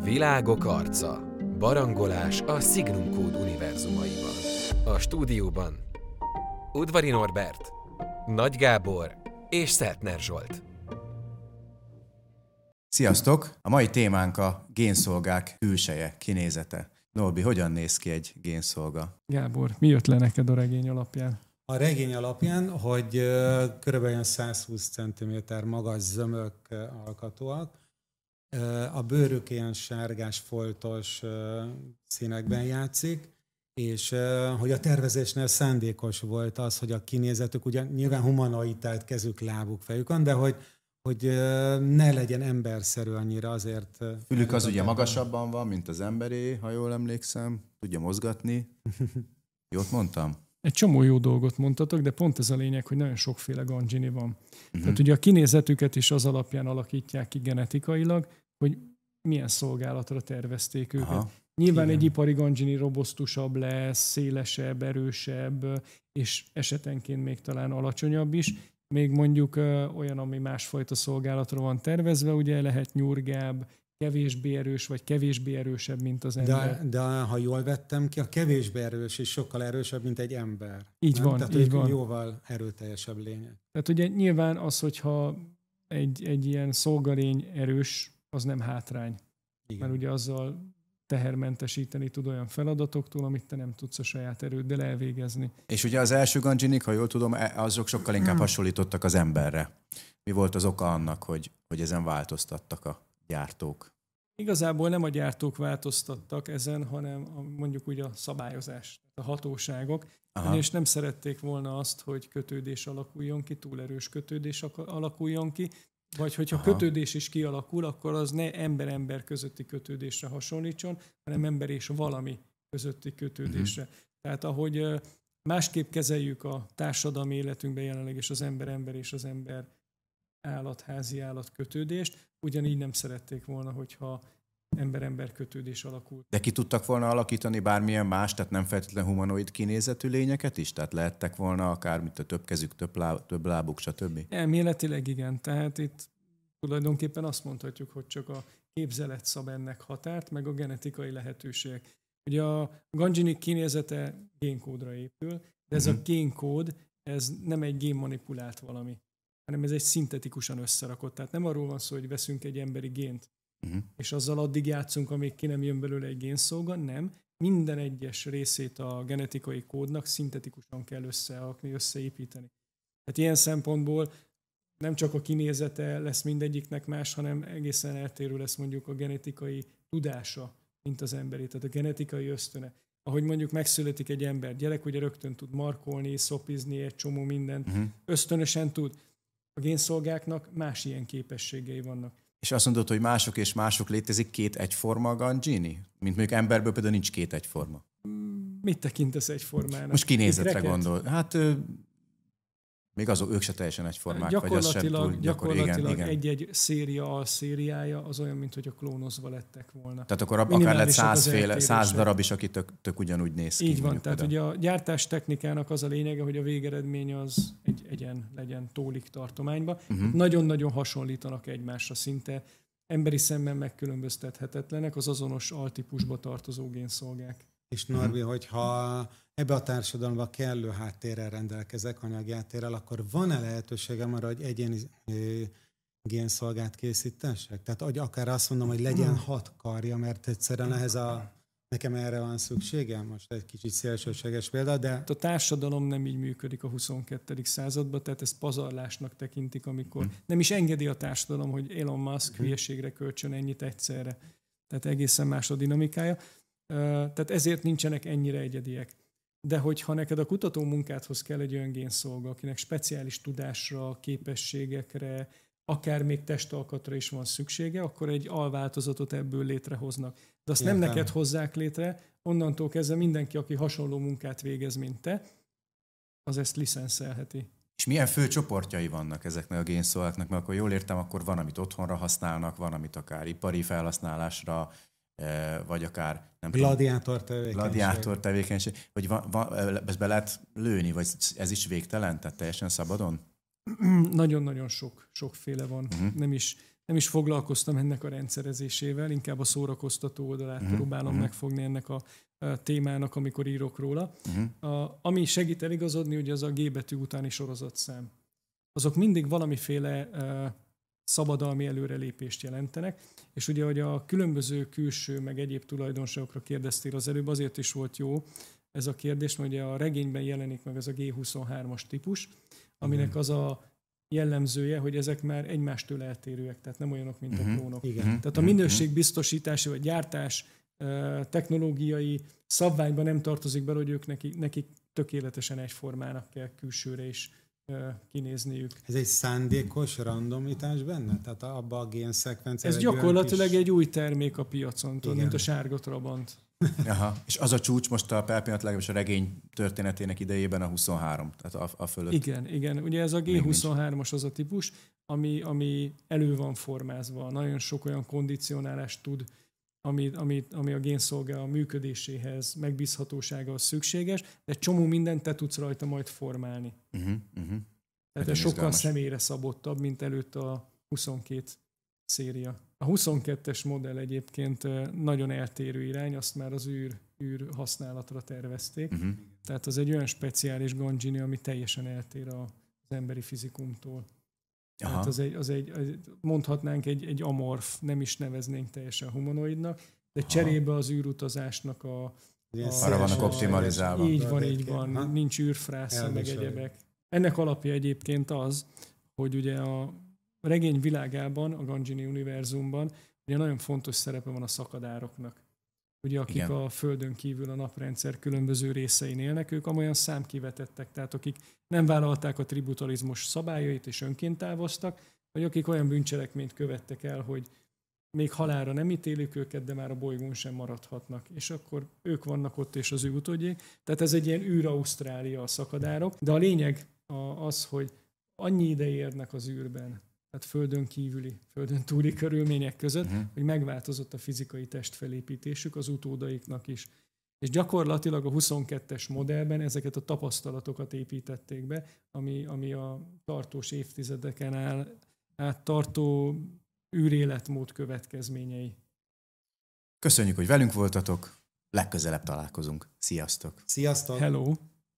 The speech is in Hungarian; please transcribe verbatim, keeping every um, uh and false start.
Világok arca. Barangolás a Signum Code univerzumaiban. A stúdióban Udvari Norbert, Nagy Gábor és Szeltner Zsolt. Sziasztok! A mai témánk a génszolgák külseje, kinézete. Norbi, hogyan néz ki egy génszolga? Gábor, mi jött le neked a regény alapján? A regény alapján, hogy körülbelül százhúsz centiméter magas zömök alkatúak, a bőrük ilyen sárgás, foltos színekben játszik, és hogy a tervezésnél szándékos volt az, hogy a kinézetük ugyan nyilván humanoid, tehát kezük, lábuk, fejük van, de hogy, hogy ne legyen emberszerű annyira, azért... Fülük az ugye magasabban van, mint az emberé, ha jól emlékszem, tudja mozgatni. Jót mondtam? Egy csomó jó dolgot mondtatok, de pont ez a lényeg, hogy nagyon sokféle gandzsini van. Uh-huh. Tehát ugye a kinézetüket is az alapján alakítják ki genetikailag, hogy milyen szolgálatra tervezték őket. Aha. Nyilván igen. Egy ipari gandzsini robosztusabb lesz, szélesebb, erősebb, és esetenként még talán alacsonyabb is. Még mondjuk olyan, ami másfajta szolgálatra van tervezve, ugye lehet nyurgább, kevésbé erős, vagy kevésbé erősebb, mint az ember. De, de ha jól vettem ki, a kevésbé erős és sokkal erősebb, mint egy ember. Így nem? van, Tehát így van. Jóval erőteljesebb lények. Tehát ugye nyilván az, hogyha egy, egy ilyen szolgalény erős, az nem hátrány. Igen. Mert ugye azzal tehermentesíteni tud olyan feladatoktól, amit te nem tudsz a saját erőddel elvégezni. És ugye az első gandzsinik, ha jól tudom, azok sokkal inkább hasonlítottak az emberre. Mi volt az oka annak, hogy, hogy ezen változtattak a gyártók? Igazából nem a gyártók változtattak ezen, hanem a, mondjuk úgy a szabályozás, a hatóságok. Aha. És nem szerették volna azt, hogy kötődés alakuljon ki, túl erős kötődés alakuljon ki, vagy hogyha Aha. kötődés is kialakul, akkor az ne ember-ember közötti kötődésre hasonlítson, hanem ember és valami közötti kötődésre. Uh-huh. Tehát ahogy másképp kezeljük a társadalmi életünkben jelenleg és az ember-ember és az ember állat-házi állat kötődést, ugyanígy nem szerették volna, hogyha ember-ember kötődés alakul. De ki tudtak volna alakítani bármilyen más, tehát nem feltétlenül humanoid kinézetű lényeket is? Tehát lehettek volna akár, mint a több kezük, több, láb, több lábuk, stb.? Elméletileg igen. Tehát itt tulajdonképpen azt mondhatjuk, hogy csak a képzelet szab ennek határt, meg a genetikai lehetőségek. Ugye a gandzsinik kinézete génkódra épül, de ez uh-huh. a génkód, ez nem egy génmanipulált valami, hanem ez egy szintetikusan összerakott. Tehát nem arról van szó, hogy veszünk egy emberi gént, uh-huh. és azzal addig játszunk, amíg ki nem jön belőle egy génszolga, nem. Minden egyes részét a genetikai kódnak szintetikusan kell összerakni, összeépíteni. Tehát ilyen szempontból nem csak a kinézete lesz mindegyiknek más, hanem egészen eltérő lesz mondjuk a genetikai tudása, mint az emberi. Tehát a genetikai ösztöne. Ahogy mondjuk megszületik egy ember, gyerek ugye rögtön tud markolni, szopizni, egy csomó mindent, uh-huh. ösztönösen tud. A génszolgáknak más ilyen képességei vannak. És azt mondod, hogy mások és mások létezik két egyforma gandzsini? Mint mondjuk emberből például nincs két egyforma. Mit tekintesz egyformának? Most kinézetre gondol. Hát még azok, ők se teljesen egyformák. Gyakorlatilag, vagy az sem túl gyakori. gyakorlatilag igen, igen. egy-egy széria alszériája az olyan, mint hogy a klónozva lettek volna. Tehát akkor akár lett százféle, száz darab is, aki tök, tök ugyanúgy néz ki. Így van, tehát ugye a gyártás technikának az a lényege, hogy a végeredmény az egy egyen legyen tólik tartományba. Uh-huh. Nagyon-nagyon hasonlítanak egymásra szinte. Emberi szemmel megkülönböztethetetlenek az azonos altípusba tartozó génszolgák. És Norbi, uh-huh. hogyha ebbe a társadalomban kellő háttérrel rendelkezek, anyagi háttérrel, akkor van-e lehetőségem arra, hogy egyéni génszolgát készítessek? Tehát hogy akár azt mondom, hogy legyen hat karja, mert egyszerűen ehhez a, nekem erre van szükségem. Most egy kicsit szélsőséges példa, de... A társadalom nem így működik a huszonkettő században, tehát ezt pazarlásnak tekintik, amikor hmm. nem is engedi a társadalom, hogy Elon Musk hmm. hülyeségre költsön ennyit egyszerre. Tehát egészen más a dinamikája. Tehát ezért nincsenek ennyire egyediek. De hogyha neked a kutató munkádhoz kell egy olyan génszolga, akinek speciális tudásra, képességekre, akár még testalkatra is van szüksége, akkor egy alváltozatot ebből létrehoznak. De azt Értem. nem neked hozzák létre, onnantól kezdve mindenki, aki hasonló munkát végez, mint te, az ezt licenszelheti. És milyen fő csoportjai vannak ezeknek a génszolgáknak? Mert akkor jól értem, akkor van, amit otthonra használnak, van, amit akár ipari felhasználásra, vagy akár nem gladiátor tevékenység. Gladiátor tevékenység. Vagy van, van, ezt be lehet lőni, vagy ez is végtelen, tehát teljesen szabadon? nagyon-nagyon sok, sokféle van. Uh-huh. Nem is, nem is foglalkoztam ennek a rendszerezésével, inkább a szórakoztató oldalát uh-huh. próbálom uh-huh. megfogni ennek a, a témának, amikor írok róla. Uh-huh. A, ami segít eligazodni, ugye az a G betű utáni sorozatszám. Azok mindig valamiféle uh, szabadalmi előrelépést jelentenek, és ugye, hogy a különböző külső, meg egyéb tulajdonságokra kérdeztél az előbb, azért is volt jó ez a kérdés, mert ugye a regényben jelenik meg ez a G huszonhármas típus, aminek az a jellemzője, hogy ezek már egymástől eltérőek, tehát nem olyanok, mint uh-huh. a klónok. Igen. Tehát a minőségbiztosítási vagy gyártás technológiai szabványban nem tartozik bele, hogy ők nekik, nekik tökéletesen egyformának kell külsőre is kinézniük. Ez egy szándékos randomitás benne? Tehát abba a génszekvencia... Ez egy gyakorlatilag kis... egy új termék a piacon, tudod, mint a Igen. sárga trabant. Aha. És az a csúcs most a per pillanat legalábbis a regény történetének idejében a huszonhárom, tehát a, a fölött. Igen, igen. Ugye ez a G huszonhármas az a típus, ami, ami elő van formázva. Nagyon sok olyan kondicionálást tud, ami, ami, ami a génszolgál működéséhez, megbízhatósága szükséges, de csomó mindent te tudsz rajta majd formálni. Uh-huh, uh-huh. Tehát ez sokkal személyre szabottabb, mint előtt a huszonkét széria. A huszonkettes modell egyébként nagyon eltérő irány, azt már az űr, űr használatra tervezték. Uh-huh. Tehát az egy olyan speciális Gangini, ami teljesen eltér az emberi fizikumtól. Aha. Tehát az egy, az egy, mondhatnánk egy, egy amorf, nem is neveznénk teljesen humanoidnak, de Aha. cserébe az űrutazásnak a... a arra vannak optimalizálva. Így van, így van. Ha? Nincs űrfrásza, meg egyebek. Ennek alapja egyébként az, hogy ugye a regény világában, a Gangini univerzumban ugye nagyon fontos szerepe van a szakadároknak. Ugye akik Igen. a Földön kívül a naprendszer különböző részein élnek, ők amolyan számkivetettek, tehát akik nem vállalták a tributarizmus szabályait és önként távoztak, vagy akik olyan bűncselekményt követtek el, hogy még halálra nem ítélik őket, de már a bolygón sem maradhatnak. És akkor ők vannak ott és az ő utódjék. Tehát ez egy ilyen űr-Ausztrália a szakadárok. De a lényeg az, hogy annyi ide érnek az űrben, tehát földön kívüli, földön túli körülmények között, uh-huh. hogy megváltozott a fizikai testfelépítésük az utódaiknak is. És gyakorlatilag a huszonkettes modellben ezeket a tapasztalatokat építették be, ami, ami a tartós évtizedeken áll, át tartó űréletmód következményei. Köszönjük, hogy velünk voltatok, legközelebb találkozunk. Sziasztok! Sziasztok! Hello!